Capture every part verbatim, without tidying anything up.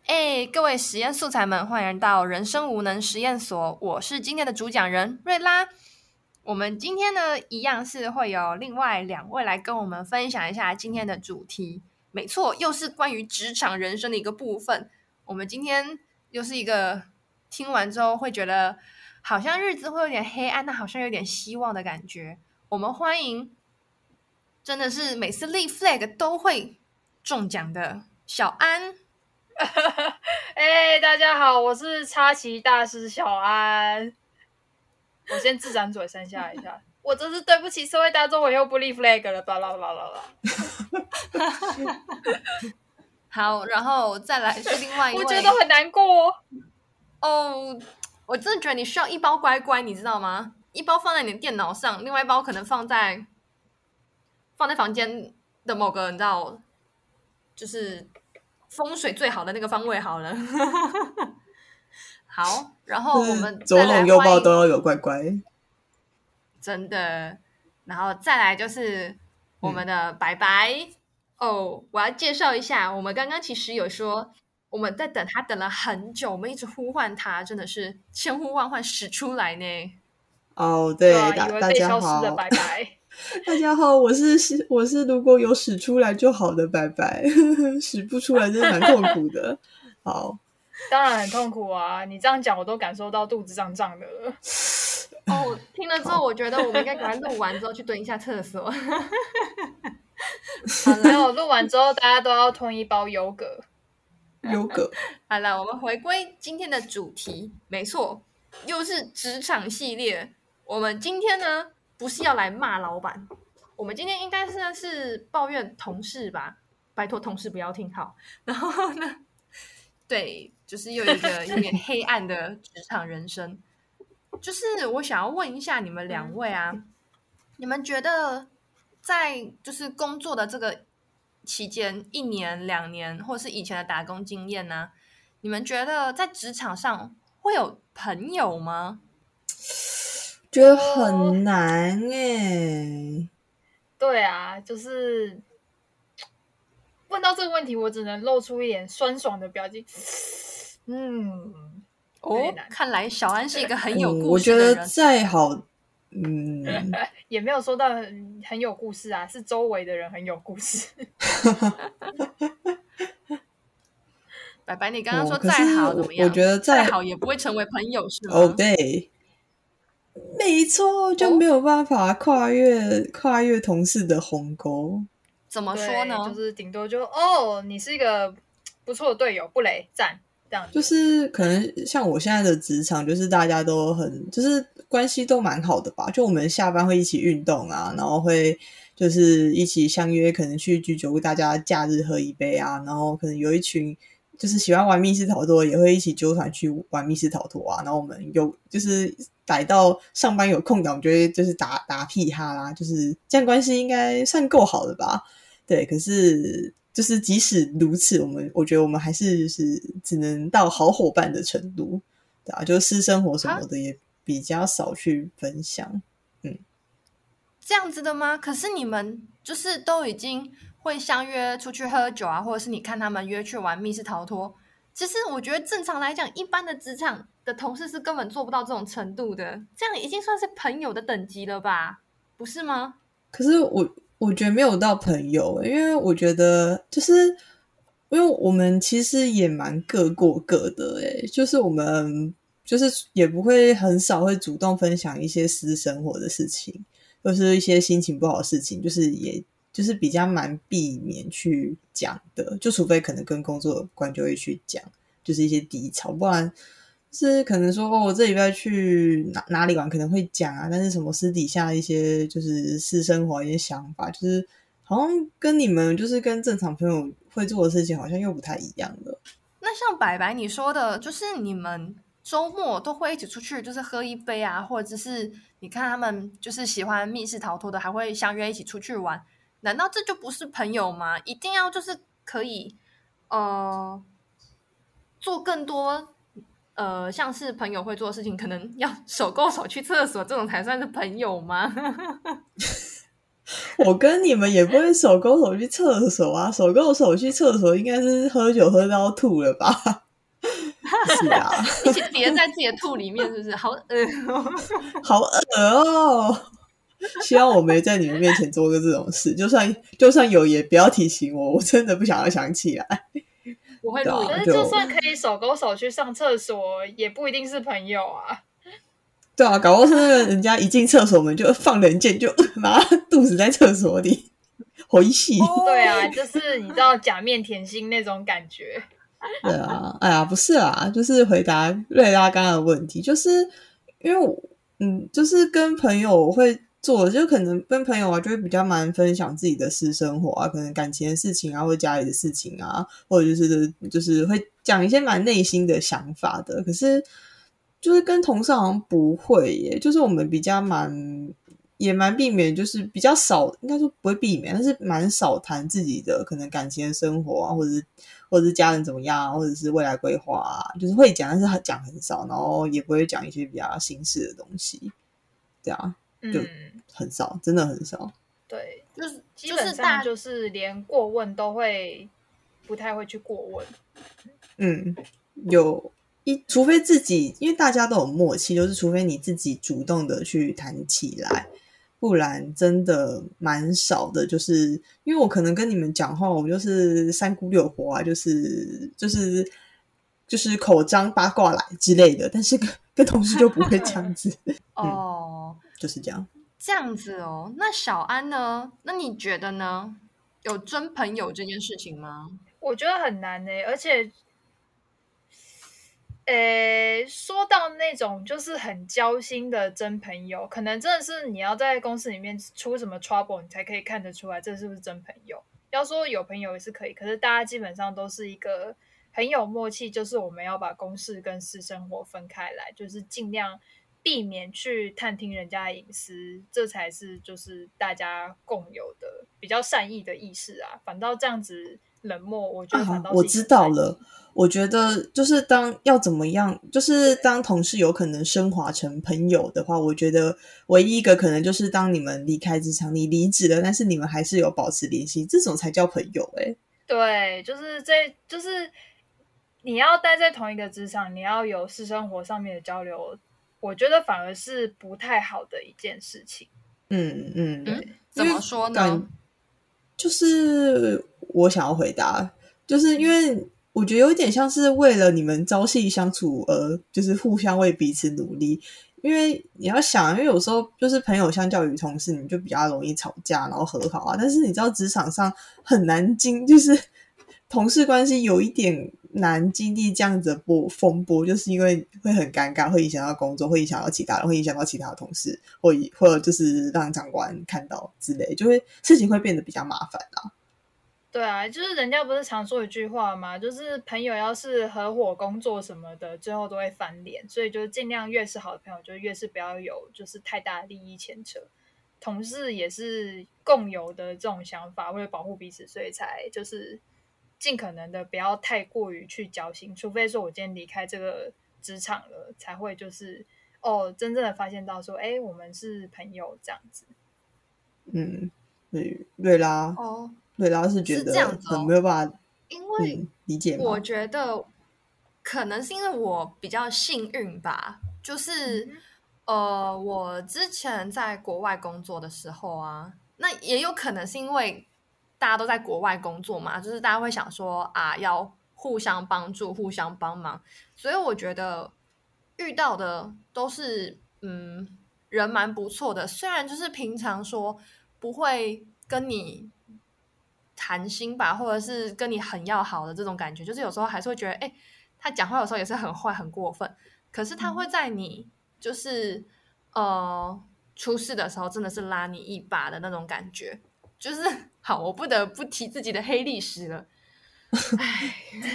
哎，各位实验素材们，欢迎到人生无能实验所，我是今天的主讲人瑞拉。我们今天呢，一样是会有另外两位来跟我们分享一下今天的主题。没错，又是关于职场人生的一个部分。我们今天又是一个听完之后会觉得好像日子会有点黑暗，但好像有点希望的感觉。我们欢迎真的是每次立 flag 都会中奖的小安。 哎、欸，大家好，我是插旗大师小安。我先自然嘴三下一下，我真是对不起社会大众，我又不立 flag 了，巴拉巴拉巴拉。 好，然后再来是另外一位， 我觉得很难过哦。我真的觉得你需要一包乖乖，你知道吗？一包放在你的电脑上，另外一包可能放在放在房间的某个你知道，就是风水最好的那个方位好了。好，然后我们左邻右抱都要有乖乖， 真的。然后再来就是我们的白白、嗯、哦，我要介绍一下，我们刚刚其实有说我们在等他等了很久，我们一直呼唤他，真的是千呼万唤始出来呢。 哦，对， 对以为被消失的白白。 大家好，我是我是如果有使出来就好的白白，使不出来真的蛮痛苦的。好， 当然很痛苦啊！你这样讲，我都感受到肚子胀胀的了。 哦，听了之后，我觉得我们应该赶快录完之后去蹲一下厕所。 没有录完之后，大家都要吞一包优格。 优格。 好了，我们回归今天的主题，没错，又是职场系列。我们今天呢，不是要来骂老板，我们今天应该是是抱怨同事吧？拜托同事不要听好。然后呢，对，就是又一个有点黑暗的职场人生。就是我想要问一下你们两位啊，嗯、你们觉得在就是工作的这个期间，一年、两年，或是以前的打工经验呢、啊，你们觉得在职场上会有朋友吗？ 觉得很难耶。 对啊，就是问到这个问题，我只能露出一点酸爽的表情。嗯， 哦，看来小安是一个很有故事的人。嗯、我觉得再好， 嗯，也没有说到很很有故事啊，是周围的人很有故事。 白白，你刚刚说再好怎么样？ 我觉得再好也不会成为朋友，是吗？ 哦，对。没错，就没有办法跨越、哦、跨越同事的鸿沟。 怎么说呢？ 就是顶多就哦，你是一个不错的队友，不雷赞这样。 就是可能像我现在的职场，就是大家都很，就是关系都蛮好的吧。就我们下班会一起运动啊，然后会就是一起相约，可能去居酒屋，大家假日喝一杯啊，然后可能有一群。就是喜欢玩密室逃脱，也会一起纠团去玩密室逃脱啊。然后我们有就是逮到上班有空档，我们就会就是打打屁哈啦，就是这样关系应该算够好了吧？对，可是就是即使如此，我们我觉得我们还是是只能到好伙伴的程度，对啊，就是私生活什么的也比较少去分享。嗯， 这样子的吗？可是你们就是都已经。会相约出去喝酒啊，或者是你看他们约去玩密室逃脱。其实我觉得正常来讲，一般的职场的同事是根本做不到这种程度的，这样已经算是朋友的等级了吧？不是吗？ 可是我我觉得没有到朋友，因为我觉得就是因为我们其实也蛮各过各的，诶，就是我们就是也不会很少会主动分享一些私生活的事情，或是一些心情不好的事情，就是也。就是比较蛮避免去讲的，就除非可能跟工作有关就会去讲，就是一些低潮，不然是可能说哦，我这礼拜去哪哪里玩可能会讲啊，但是什么私底下一些就是私生活一些想法，就是好像跟你们就是跟正常朋友会做的事情好像又不太一样了。 那像白白你说的，就是你们周末都会一起出去，就是喝一杯啊，或者是你看他们就是喜欢密室逃脱的，还会相约一起出去玩。难道这就不是朋友吗？一定要就是可以呃做更多呃像是朋友会做的事情，可能要手勾手去厕所，这种才算是朋友吗？ 我跟你们也不会手勾手去厕所啊，手勾手去厕所应该是喝酒喝到吐了吧？是啊， 一起叠在自己的吐里面，是不是？好恶哦， 好恶哦！希望我没在你们面前做过这种事，就算就算有，也不要提醒我，我真的不想要想起来。 我会录影。 可是就算可以手勾手去上厕所，也不一定是朋友啊。 对啊，搞不好是那个人家一进厕所门就放冷箭，就马上肚子在厕所里，回戏。 对啊，就是你知道假面甜心那种感觉。 对啊，哎呀，不是啦，就是回答瑞拉刚刚的问题，就是因为我嗯，就是跟朋友会做，就可能跟朋友啊，就会比较蛮分享自己的私生活啊，可能感情的事情啊，或者家里的事情啊，或者就是就是会讲一些蛮内心的想法的。可是就是跟同事好像不会耶，就是我们比较蛮也蛮避免，就是比较少，应该说不会避免，但是蛮少谈自己的可能感情的生活啊，或者是或者是家人怎么样啊，或者是未来规划啊，就是会讲，但是讲很少，然后也不会讲一些比较心事的东西，对啊，就很少，嗯、真的很少。 对， 就是基本上就是连过问都会不太会去过问。 嗯，有一除非自己，因为大家都有默契，就是除非你自己主动的去谈起来。不然真的蛮少的，就是因为我可能跟你们讲话，我就是三姑六婆啊，就是就是就是口张八卦来之类的，但是跟跟同事就不会这样子。 哦、 嗯，就是这样。 这样子哦，那小安呢？那你觉得呢？有真朋友这件事情吗？ 我觉得很难欸，而且。诶，说到那种就是很交心的真朋友，可能真的是你要在公司里面出什么 trouble， 你才可以看得出来这是不是真朋友。要说有朋友也是可以，可是大家基本上都是一个很有默契，就是我们要把公事跟私生活分开来，就是尽量避免去探听人家的隐私，这才是就是大家共有的比较善意的意识啊。反倒这样子冷漠，我觉得反倒是、 啊、我知道了。我觉得就是当要怎么样，就是当同事有可能升华成朋友的话，我觉得唯一一个可能就是当你们离开职场，你离职了，但是你们还是有保持联系，这种才叫朋友欸。 对，就是这就是你要待在同一个职场，你要有私生活上面的交流，我觉得反而是不太好的一件事情。 嗯嗯， 对，怎么说呢？ 就是我想要回答，就是因为我觉得有点像是为了你们朝夕相处而就是互相为彼此努力。因为你要想，因为有时候就是朋友相较于同事，你们就比较容易吵架然后和好啊，但是你知道职场上很难经，就是同事关系有一点难经历这样子的波风波，就是因为会很尴尬，会影响到工作，会影响到其他人，会影响到其他的同事，或或者就是让长官看到之类，就会事情会变得比较麻烦啦。 对啊，就是人家不是常说一句话吗？就是朋友要是合伙工作什么的，最后都会翻脸，所以就尽量越是好的朋友，就越是不要有就是太大的利益牵扯。同事也是共有的这种想法，为了保护彼此，所以才就是尽可能的不要太过于去交心，除非说我今天离开这个职场了，才会就是哦，真正的发现到说，哎，我们是朋友这样子。 嗯，对，瑞拉哦。 瑞拉是觉得很没有办法， 因为、 嗯、理解吗？ 我觉得可能是因为我比较幸运吧，就是、嗯、呃，我之前在国外工作的时候啊，那也有可能是因为大家都在国外工作嘛，就是大家会想说啊，要互相帮助、互相帮忙，所以我觉得遇到的都是嗯人蛮不错的，虽然就是平常说不会跟你谈心吧，或者是跟你很要好的这种感觉，就是有时候还是会觉得哎，他讲话有时候也是很坏很过分，可是他会在你就是呃出事的时候真的是拉你一把的那种感觉。就是好，我不得不提自己的黑历史了。唉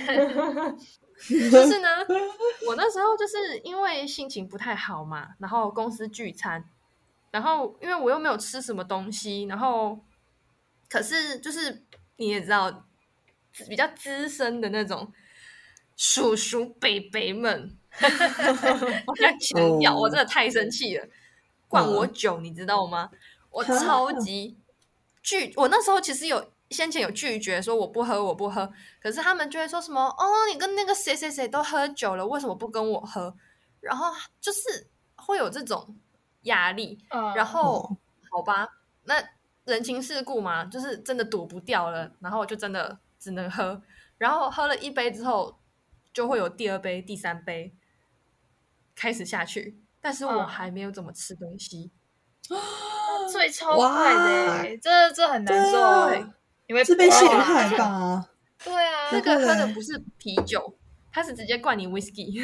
就是呢，我那时候就是因为心情不太好嘛，然后公司聚餐，然后因为我又没有吃什么东西，然后可是就是你也知道比较资深的那种叔叔伯伯们我要强调、oh. 我真的太生气了，灌我酒、oh. 你知道吗？我超级拒，我那时候其实有先前有拒绝说我不喝我不喝，可是他们就会说什么哦，你跟那个谁谁谁都喝酒了，为什么不跟我喝？然后就是会有这种压力， 嗯、 然后好吧，那人情世故嘛，就是真的躲不掉了，然后我就真的只能喝，然后喝了一杯之后，就会有第二杯、第三杯开始下去，但是我还没有怎么吃东西。 那醉超快的耶，这这很难受啊！ 对， 因为是被陷害吧？ 对啊， 那个喝的不是啤酒，他是直接灌你 whisky。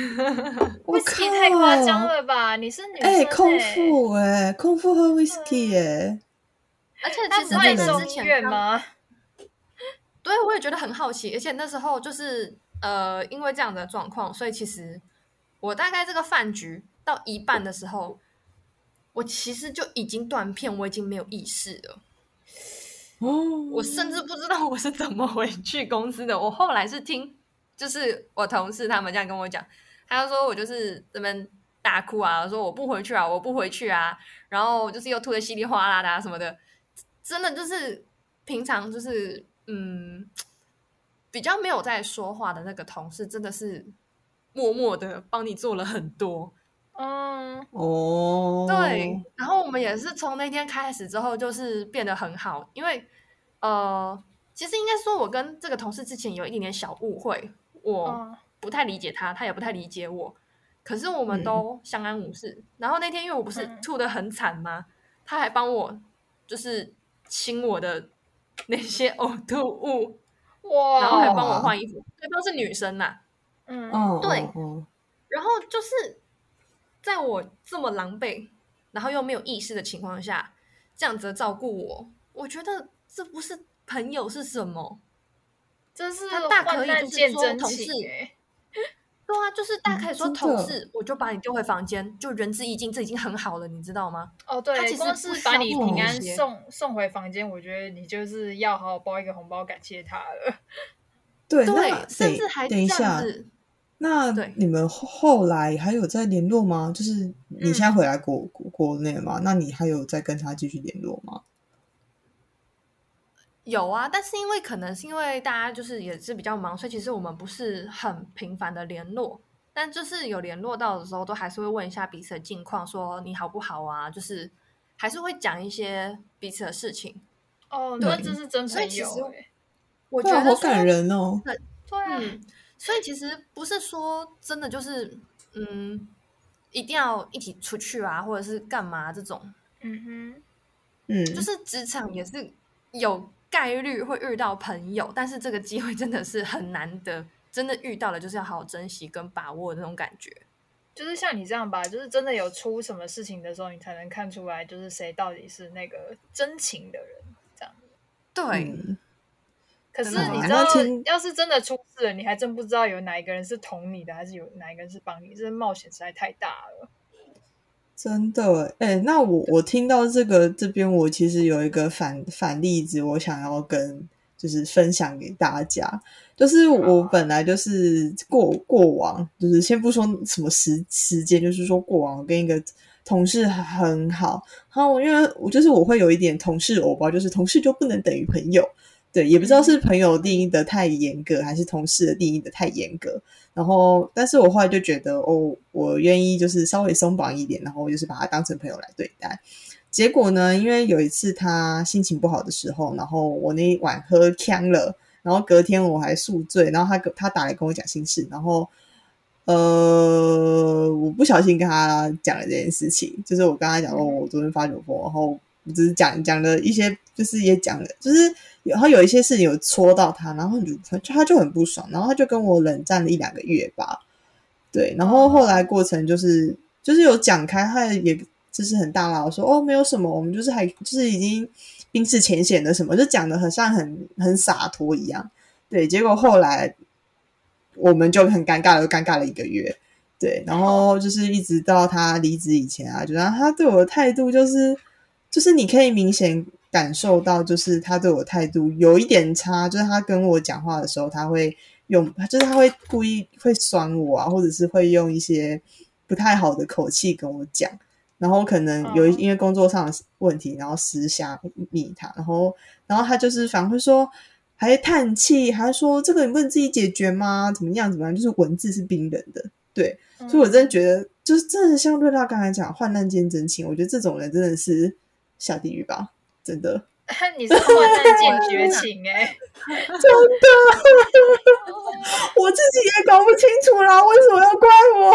whisky 太夸张了吧？你是女生哎、 欸， 空腹哎、欸，空腹喝 whisky 哎、欸， 而且其实他在送医这之前院吗？ 对，我也觉得很好奇，而且那时候就是呃，因为这样的状况，所以其实我大概这个饭局到一半的时候，我其实就已经断片，我已经没有意识了。 哦， 我甚至不知道我是怎么回去公司的。我后来是听，就是我同事他们这样跟我讲，他就说我就是这边大哭啊，说我不回去啊，我不回去啊，然后就是又吐得稀里哗啦的啊什么的，真的就是平常就是嗯比较没有在说话的那个同事，真的是默默的帮你做了很多。 嗯， 哦， 对，然后我们也是从那天开始之后，就是变得很好，因为呃，其实应该说，我跟这个同事之前有一点点小误会，我不太理解他，他也不太理解我，可是我们都相安无事。嗯、然后那天因为我不是吐得很惨吗？他还帮我就是清我的那些呕吐物， 哇， 然后还帮我换衣服，对方是女生呐， 嗯， 对， 哦哦然后就是在我这么狼狈，然后又没有意识的情况下，这样子的照顾我，我觉得这不是朋友是什么？ 这是他大可以就是说同事，对啊，就是大可以说同事，我就把你丢回房间，就仁至义尽，这已经很好了，你知道吗？ 哦，对， 他其实光是把你平安送送回房间，我觉得你就是要好好包一个红包感谢他了。 对， 对， 那甚至还等一下。那你们后来还有在联络吗？就是你现在回来国、嗯、国内嘛？那你还有在跟他继续联络吗？ 有啊，但是因为可能是因为大家就是也是比较忙，所以其实我们不是很频繁的联络，但就是有联络到的时候，都还是会问一下彼此的近况，说你好不好啊？就是还是会讲一些彼此的事情。 哦，那这是真朋友、欸。 所以其实我觉得好感人哦。 对啊。 嗯，所以其实不是说真的就是嗯，一定要一起出去啊，或者是干嘛这种。 嗯哼， 嗯， 就是职场也是有概率会遇到朋友，但是这个机会真的是很难得，真的遇到了就是要好好珍惜跟把握的那种感觉。 就是像你这样吧，就是真的有出什么事情的时候，你才能看出来，就是谁到底是那个真情的人，这样。 对。 嗯， 可是你知道，要是真的出事了，你还真不知道有哪一个人是捅你的，还是有哪一个人是帮你，这冒险实在太大了。 真的，哎、欸，那我我听到这个这边，我其实有一个反反例子，我想要跟就是分享给大家。就是我本来就是过过往，就是先不说什么时时间，就是说过往我跟一个同事很好，然后因为我就是我会有一点同事偶包，就是同事就不能等于朋友。对，也不知道是朋友定义的太严格，还是同事的定义的太严格。然后，但是我后来就觉得，哦，我愿意就是稍微松绑一点，然后就是把他当成朋友来对待。结果呢，因为有一次他心情不好的时候，然后我那一晚喝呛了，然后隔天我还宿醉，然后他他打来跟我讲心事，然后呃，我不小心跟他讲了这件事情，就是我跟他讲说，我昨天发酒疯，然后我只是讲讲了一些，就是也讲了，就是然后有一些事情有戳到他，然后就他就很不爽，然后他就跟我冷战了一两个月吧。对，然后后来过程就是就是有讲开，他也就是很大啦，我说哦没有什么，我们就是还就是已经冰释前嫌的什么，就讲的很像很很洒脱一样。对，结果后来我们就很尴尬了，尴尬了一个月。对，然后就是一直到他离职以前啊，就让他对我的态度就是就是你可以明显感受到，就是他对我态度有一点差，就是他跟我讲话的时候，他会用，就是他会故意会酸我啊，或者是会用一些不太好的口气跟我讲。 然后可能有嗯因为工作上的问题，然后私下密他，然后然后他就是反而会说，还叹气，还说这个你不能自己解决吗？怎么样怎么样？就是文字是冰冷的，对， 嗯所以我真的觉得，就是真的像瑞拉刚才讲，患难见真情，我觉得这种人真的是下地狱吧，真的。 你是患难见绝情哎、欸， 真的，我自己也搞不清楚啦，为什么要怪我？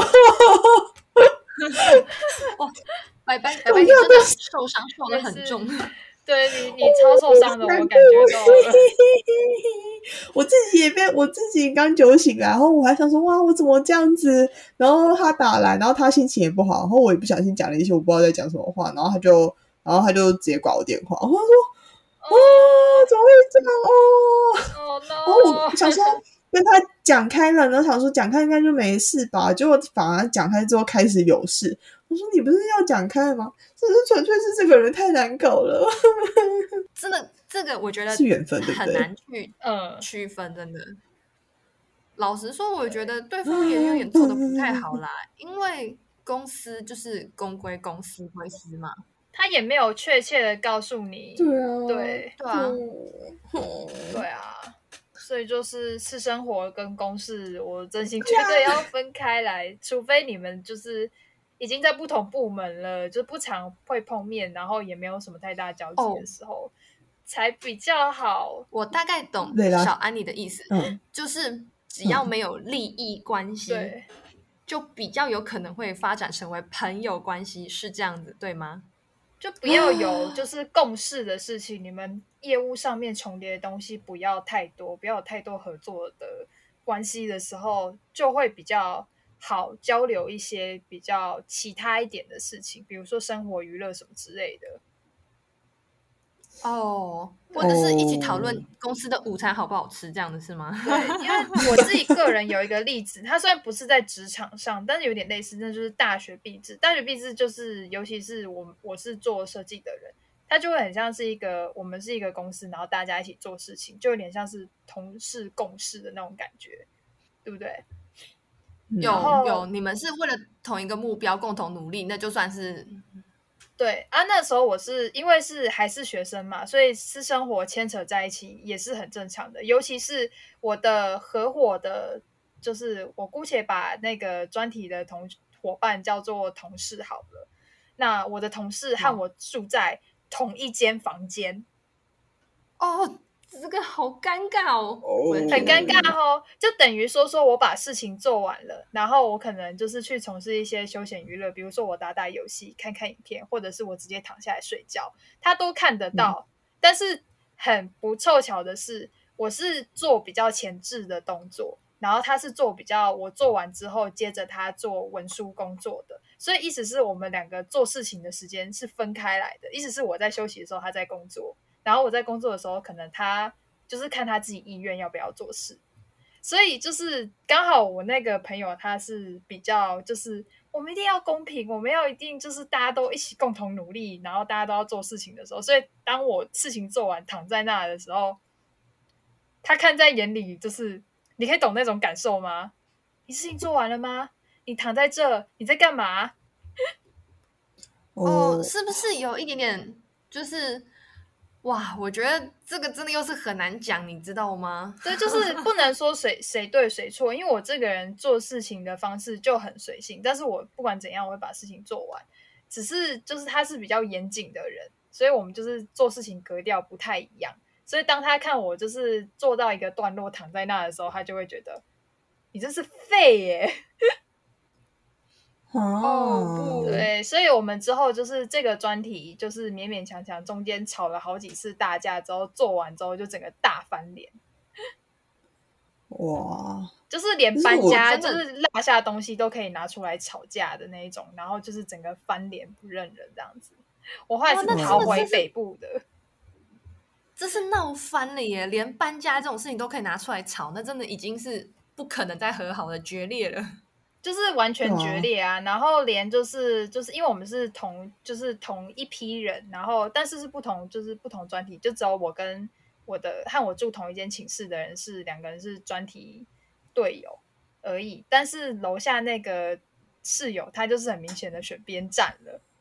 哇，白白白白，你真的受伤受得很重。 对你，你超受伤的，我感觉到了。 我自己也被我自己刚酒醒来，然后我还想说，哇，我怎么这样子？然后他打来，然后他心情也不好，然后我也不小心讲了一些我不知道在讲什么话，然后他就，然后他就直接挂我电话，然后他说。哦，怎么会这样哦？ Oh, no. 然后我想说跟他讲开了，然后想说讲开应该就没事吧，结果反而讲开之后开始有事。我说你不是要讲开吗？这是纯粹是这个人太难搞了。 真的，这个我觉得是缘分，对不对？ 很难去嗯区分，真的。老实说，我觉得对方也有点做的不太好啦，因为公司就是公归公，私归私嘛。 他也没有确切的告诉你， 对啊， 对对啊， 对啊，所以就是私生活跟公事，我真心觉得要分开来，除非你们就是已经在不同部门了，就不常会碰面，然后也没有什么太大交集的时候，哦、才比较好。 我大概懂小安妮的意思， 嗯， 就是只要没有利益关系， 对， 就比较有可能会发展成为朋友关系，是这样子对吗？ 就不要有就是共事的事情，你们业务上面重叠的东西不要太多，不要有太多合作的关系的时候，就会比较好交流一些比较其他一点的事情，比如说生活娱乐什么之类的。 哦，或者是一起讨论公司的午餐好不好吃，这样的是吗？ 对，因为我自己个人有一个例子，它虽然不是在职场上，但是有点类似，那就是大学毕制。大学毕制就是，尤其是我我是做设计的人，它就会很像是一个我们是一个公司，然后大家一起做事情，就有点像是同事共事的那种感觉，对不对？ 有有，你们是为了同一个目标共同努力，那就算是。 对啊，那时候我是因为是还是学生嘛，所以私生活牵扯在一起也是很正常的。尤其是我的合伙的，就是我姑且把那个专题的同伙伴叫做同事好了。那我的同事和我住在同一间房间。 哦，这个好尴尬哦， 哦很尴尬哦，就等于说说我把事情做完了，然后我可能就是去从事一些休闲娱乐，比如说我打打游戏、看看影片，或者是我直接躺下来睡觉，他都看得到。嗯、但是很不凑巧的是，我是做比较前置的动作，然后他是做比较我做完之后接着他做文书工作的，所以意思是我们两个做事情的时间是分开来的，意思是我在休息的时候他在工作。然后我在工作的时候，可能他就是看他自己意愿要不要做事，所以就是刚好我那个朋友他是比较就是我们一定要公平，我们要一定就是大家都一起共同努力，然后大家都要做事情的时候，所以当我事情做完躺在那的时候，他看在眼里，就是你可以懂那种感受吗？你事情做完了吗？你躺在这，你在干嘛？ 哦，是不是有一点点就是？哇，我觉得这个真的又是很难讲，你知道吗？ 对，就是不能说谁谁对谁错，因为我这个人做事情的方式就很随性，但是我不管怎样，我会把事情做完。只是就是他是比较严谨的人，所以我们就是做事情格调不太一样。所以当他看我就是做到一个段落躺在那的时候，他就会觉得你真是废耶。 哦， 不对，所以我们之后就是这个专题，就是勉勉强强，中间吵了好几次大架之后，做完之后就整个大翻脸。 哇， 就是连搬家，就是落下东西都可以拿出来吵架的那一种，然后就是整个翻脸不认人这样子。我后来是逃回北部的。 这是闹翻了耶！连搬家这种事情都可以拿出来吵，那真的已经是不可能再和好的决裂了。 就是完全决裂啊！然后连就是就是因为我们是同就是同一批人，然后但是是不同就是不同专题，就只有我跟我的和我住同一间寝室的人是两个人是专题队友而已。但是楼下那个室友他就是很明显的选边站了。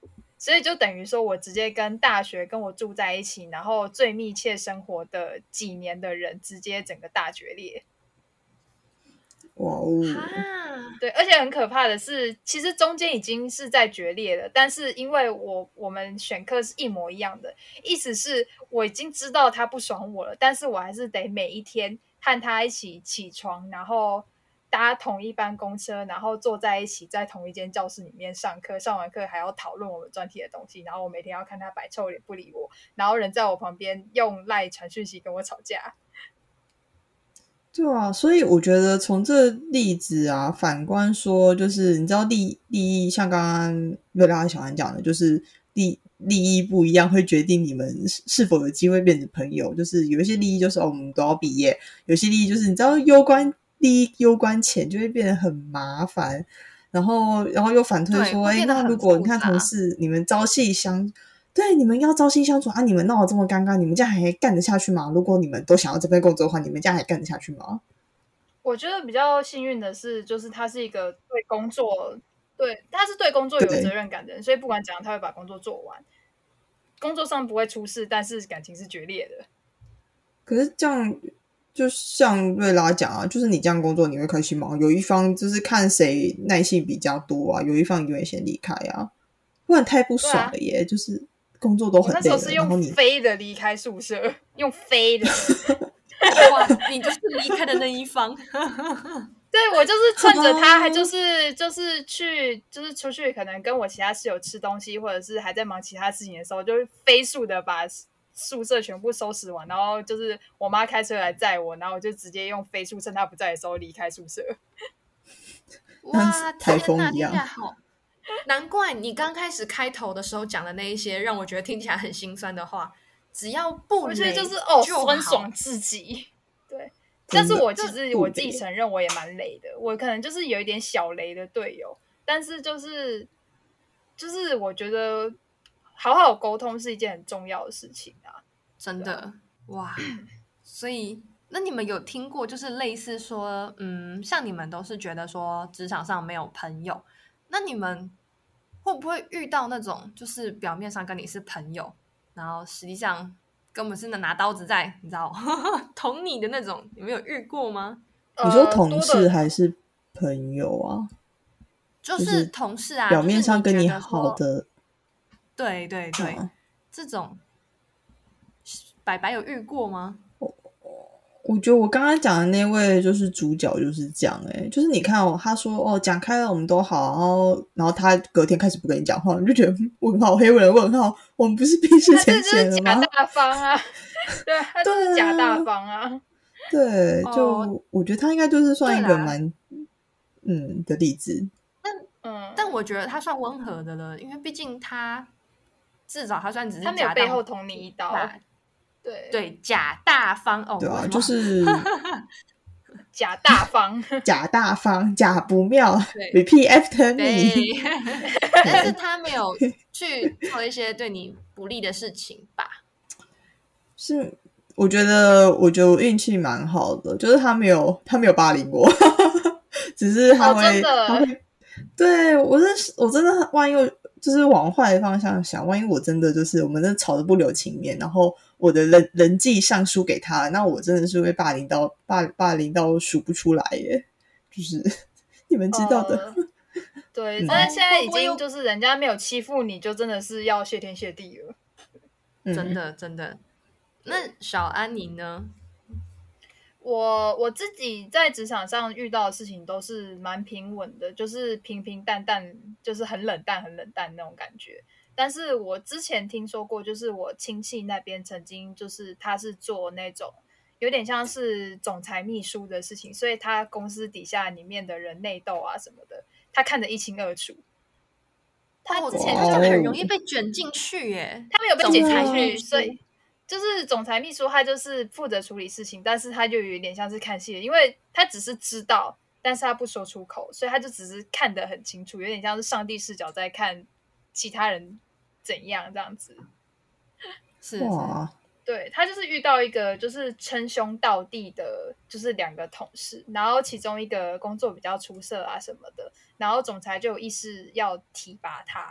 所以就等于说我直接跟大学跟我住在一起，然后最密切生活的几年的人直接整个大决裂。 哇哦！ 对，而且很可怕的是，其实中间已经是在决裂了，但是因为我我们选课是一模一样的，意思是我已经知道他不爽我了，但是我还是得每一天和他一起起床，然后搭同一班公车，然后坐在一起在同一间教室里面上课，上完课还要讨论我们专题的东西，然后我每天要看他摆臭脸不理我，然后人在我旁边用赖传讯息跟我吵架。 对啊，所以我觉得从这例子啊，反观说，就是你知道利利益，像刚刚瑞拉小韩讲的，就是利利益不一样，会决定你们是否有机会变成朋友。就是有一些利益就是哦，我们都要毕业；有些利益就是你知道攸关利益攸关钱，就会变得很麻烦。然后，然后又反推说，哎，那如果你看同事你们朝夕相。对，你们要朝夕相处啊！你们闹得这么尴尬，你们这样还干得下去吗？如果你们都想要这份工作的话，你们这样还干得下去吗？ 我觉得比较幸运的是，就是他是一个对工作，对，他是对工作有责任感的人，所以不管怎样，他会把工作做完。工作上不会出事，但是感情是决裂的。 可是这样，就像瑞拉讲啊，就是你这样工作，你会开心吗？有一方就是看谁耐性比较多啊，有一方永远先离开啊，不然太不爽了耶，就是。工作都很累了， 我那时候是用飞的离开宿舍，用飞的。 哇，你就是离开的那一方。 对，我就是趁着他还就是就是去就是出去，可能跟我其他室友吃东西，或者是还在忙其他事情的时候，就飞速的把宿舍全部收拾完，然后就是我妈开车来载我，然后我就直接用飞速趁她不在的时候离开宿舍。 哇， 台风一样， 好。难怪你刚开始开头的时候讲的那一些让我觉得听起来很心酸的话，只要不雷就就是哦酸爽至极。对，但是我其实我自己承认我也蛮雷的，我可能就是有一点小雷的队友，但是就是就是我觉得好好沟通是一件很重要的事情啊， 真的哇！所以那你们有听过就是类似说，嗯，像你们都是觉得说职场上没有朋友。那你们会不会遇到那种就是表面上跟你是朋友，然后实际上根本是拿刀子在你知道捅你的那种？你们有遇过吗？ 你说同事还是朋友啊？ 就是同事啊， 表面上跟你好的， 对对对，嗯、这种白白有遇过吗？ 我觉得我刚刚讲的那位就是主角就是这样哎、欸，就是你看哦，他说哦讲开了我们都好，然后然后他隔天开始不跟你讲话，你就觉得问号黑人问号，我们不是冰释前嫌了吗？ 假大方啊，对，他就是假大方啊， 对，就、 哦、 我觉得他应该就是算一个蛮嗯的例子， 但嗯，但我觉得他算温和的了，因为毕竟他至少他算只是他没有背后捅你一刀。对对，假大方哦， 对啊，就是假大方， 假大方，假不妙 ，repeat after me。但是他没有去做一些对你不利的事情吧？ 是，我觉得，我觉得我运气蛮好的，就是他没有，他没有霸凌我，只是他会， 哦、真的他会，对我是，我真的，万一我就是往坏的方向想，万一我真的就是我们真的吵得不留情面，然后。我的人人际上输给他，那我真的是会霸凌到霸霸凌到数不出来耶，就是你们知道的。 呃、对、嗯，但是现在已经就是人家没有欺负你，就真的是要谢天谢地了。 真的真的。那小安妮呢？ 我我自己在职场上遇到的事情都是蛮平稳的，就是平平淡淡，就是很冷淡很冷淡那种感觉。但是我之前听说过，就是我亲戚那边曾经就是他是做那种有点像是总裁秘书的事情，所以他公司底下里面的人内斗啊什么的，他看得一清二楚。 他之前就很容易被卷进去耶， 他没有被卷进去，所以就是总裁秘书他就是负责处理事情，但是他就有点像是看戏的，因为他只是知道，但是他不说出口，所以他就只是看得很清楚，有点像是上帝视角在看其他人怎样这样子。 是哇， 对，他就是遇到一个就是称兄道弟的，就是两个同事，然后其中一个工作比较出色啊什么的，然后总裁就有意识要提拔他，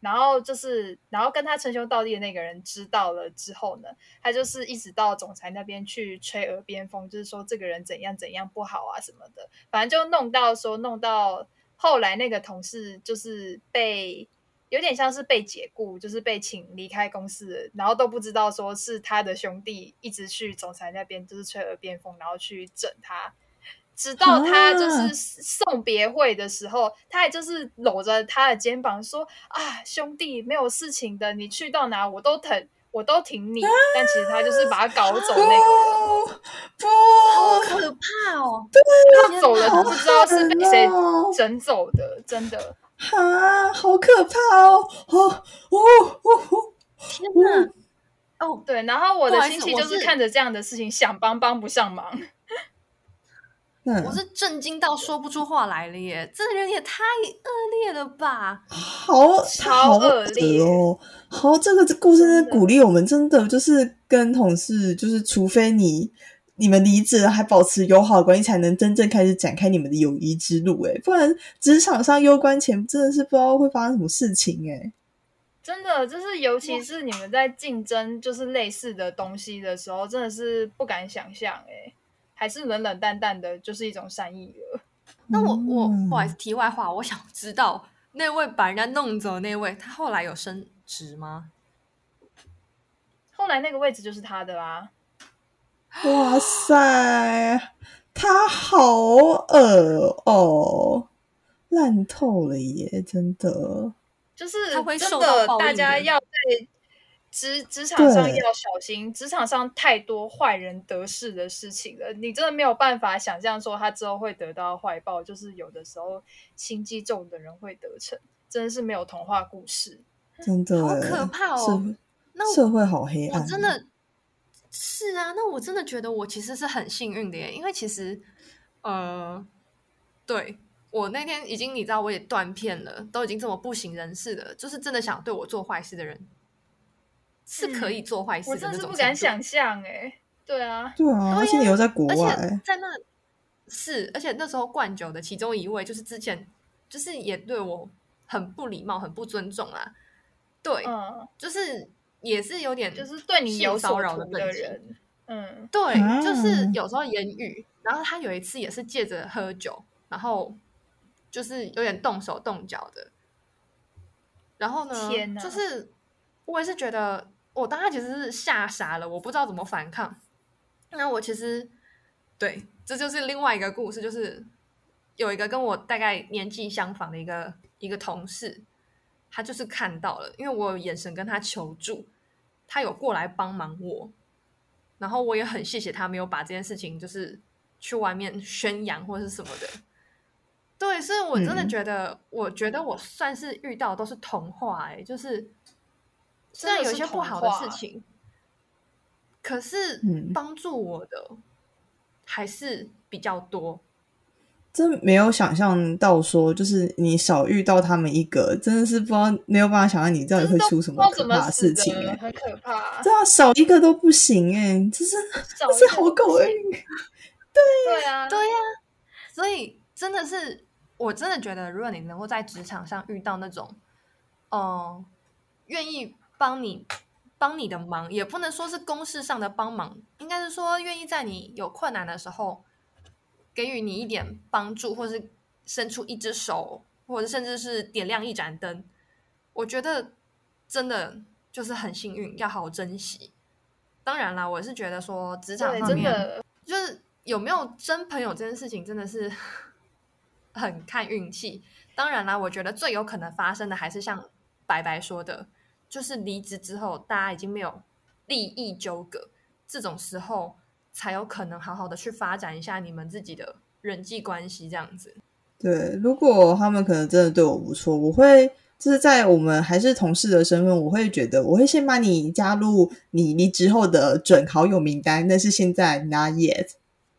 然后就是然后跟他称兄道弟的那个人知道了之后呢，他就是一直到总裁那边去吹耳边风，就是说这个人怎样怎样不好啊什么的，反正就弄到说弄到后来那个同事就是被有点像是被解雇，就是被请离开公司，然后都不知道说是他的兄弟一直去总裁那边就是吹耳边风，然后去整他，直到他就是送别会的时候，他还就是搂着他的肩膀说啊，兄弟没有事情的，你去到哪我都疼我都挺你，但其实他就是把他搞走那个人。 不， 好可怕哦！ 他走了不知道是被谁整走的，真的哈，好可怕哦！哦哦哦！ 天哪！哦， 对，然后我的不好意思我心情就是是看着这样的事情，想帮帮不上忙。 嗯我是震惊到说不出话来了耶！这人也太恶劣了吧！ 好超恶劣哦！好，这个故事真的鼓励我们，真的就是跟同事，就是除非你你们离职了，还保持友好的关系，才能真正开始展开你们的友谊之路。哎，不然职场上攸关前，真的是不知道会发生什么事情。哎， 真的，就是尤其是你们在竞争就是类似的东西的时候，真的是不敢想象。哎，还是冷冷淡淡的，就是一种善意了。 那我我嗯不好意思，题外话，我想知道那位把人家弄走的那位，他后来有升职吗？ 后来那个位置就是他的啦。 哇塞，他好恶哦，烂透了耶！真的， 就是他会真受到的，大报应的家要在职职场上要小心，职场上太多坏人得势的事情了，你真的没有办法想象说他之后会得到坏报，就是有的时候心机重的人会得逞，真的是没有童话故事。 真的好可怕哦！ 社那社会好黑暗， 我真的是啊，那我真的觉得我其实是很幸运的耶，因为其实呃，对我那天已经你知道我也断片了，都已经这么不省人事了，就是真的想对我做坏事的人是可以做坏事我的那种程度、 真的是不敢想象哎。对啊， 对啊，而且你又在国而且外， 在那是，而且那时候灌酒的其中一位，就是之前就是也对我很不礼貌、很不尊重啊。对， 嗯， 就是也是有点就是对你有性骚扰所图的的等级。 人，嗯， 对， 啊就是有时候言语，然后他有一次也是借着喝酒，然后就是有点动手动脚的。然后呢， 天哪就是我也是觉得，我当时其实是吓傻了，我不知道怎么反抗。那我其实对，这就是另外一个故事，就是有一个跟我大概年纪相仿的一个一个同事，他就是看到了，因为我有眼神跟他求助，他有过来帮忙我，然后我也很谢谢他没有把这件事情就是去外面宣扬或是什么的。对，所以我真的觉得，嗯、我觉得我算是遇到都是童话、欸，就是虽然有一些不好的事情，可是帮助我的还是比较多。 真没有想象到说，就是你少遇到他们一个，真的是不知道没有办法想象你到底会出什么可怕的事情哎、欸， 很可怕。 对啊，少一个都不行哎、欸，这是这是好狗哎、欸， 对对啊， 对呀、啊，所以真的是，我真的觉得，如果你能够在职场上遇到那种，嗯、呃，愿意帮你帮你的忙，也不能说是公事上的帮忙，应该是说愿意在你有困难的时候。给予你一点帮助，或是伸出一只手，或者甚至是点亮一盏灯，我觉得真的就是很幸运，要好好珍惜。当然啦，我是觉得说职场上面就是有没有真朋友这件事情真的是很看运气。当然啦，我觉得最有可能发生的还是像白白说的，就是离职之后大家已经没有利益纠葛，这种时候才有可能好好的去发展一下你们自己的人际关系这样子。 对，如果他们可能真的对我不错，我会就是在我们还是同事的身份，我会觉得我会先把你加入你离职后的准好友名单，但是现在 not yet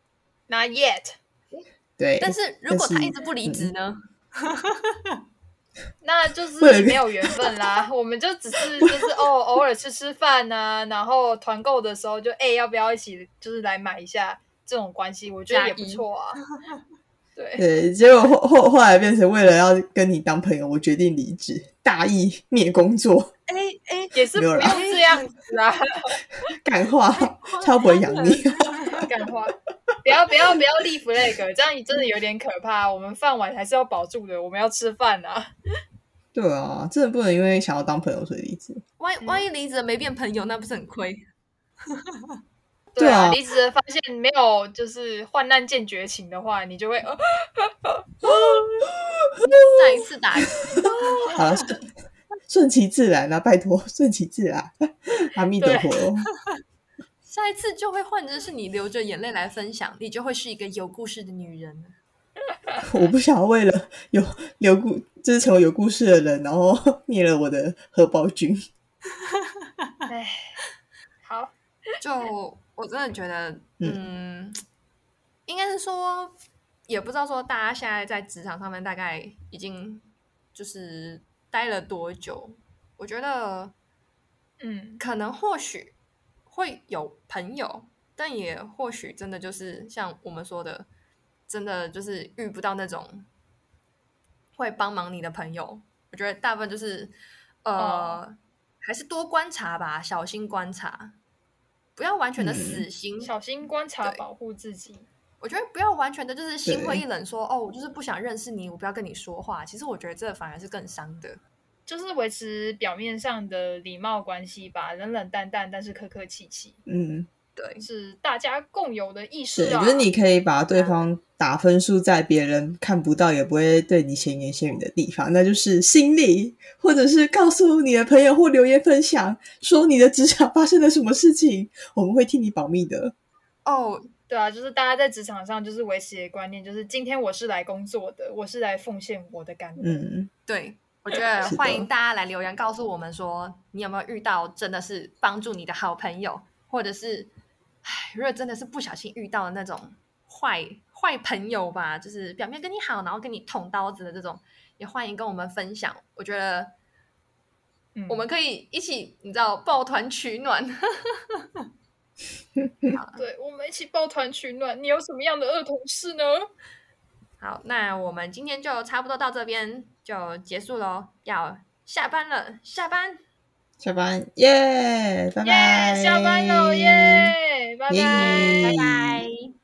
not yet。 对， 但是如果他一直不离职呢？ 嗯那就是没有缘分啦。我们就只是就是哦，偶尔吃吃饭啊，然后团购的时候就哎、欸，要不要一起就是来买一下这种关系，我觉得也不错啊。 对对，结果后后后来变成为了要跟你当朋友，我决定离职，大义灭工作。 哎哎， 也是不用没有啦这样子啊， 感化，超不会养你。 干话。不要不要不要立 flag，这样真的有点可怕。我们饭碗还是要保住的，我们要吃饭啊。 对啊，真的不能因为想要当朋友所以离职。 万万一离职了没变朋友，那不是很亏？ 对啊， 对啊离职了发现没有就是患难见绝情的话，你就会呃， 再一次打击。 好了，顺顺其自然啦、拜托，顺其自然。阿弥陀佛。 下一次就会换成是你流着眼泪来分享，你就会是一个有故事的女人了。 我不想要为了有有故，就是成为有故事的人，然后灭了我的荷包君。 哎，好， 就我真的觉得，嗯，应该是说，也不知道说大家现在在职场上面大概已经就是待了多久。我觉得， 嗯， 可能或许会有朋友，但也或许真的就是像我们说的，真的就是遇不到那种会帮忙你的朋友。我觉得大部分就是呃。 哦还是多观察吧，小心观察，不要完全的死心。 小心观察， 对保护自己。 我觉得不要完全的就是心灰意冷说，哦，我就是不想认识你，我不要跟你说话。其实我觉得这反而是更伤的。 就是维持表面上的礼貌关系吧，冷冷淡淡，但是客客气气， 嗯， 对， 是大家共有的意识对， 啊。 就是你可以把对方打分数在别人看不到也不会对你闲言闲语的地方，那就是心力，或者是告诉你的朋友或留言分享，说你的职场发生了什么事情，我们会替你保密的。 哦， 对啊，就是大家在职场上就是维持的观念，就是今天我是来工作的，我是来奉献我的感恩。 嗯， 对，我觉得是的欢迎大家来留言告诉我们说，你有没有遇到真的是帮助你的好朋友，或者是，唉，如果真的是不小心遇到的那种坏坏朋友吧，就是表面跟你好，然后跟你捅刀子的这种，也欢迎跟我们分享。我觉得嗯我们可以一起，你知道，抱团取暖。 对，我们一起抱团取暖。你有什么样的恶同事呢？ 好，那我们今天就差不多到这边就结束咯，要下班了，下班， 下班耶，拜拜， 耶，下班喽耶，拜拜， 耶拜拜。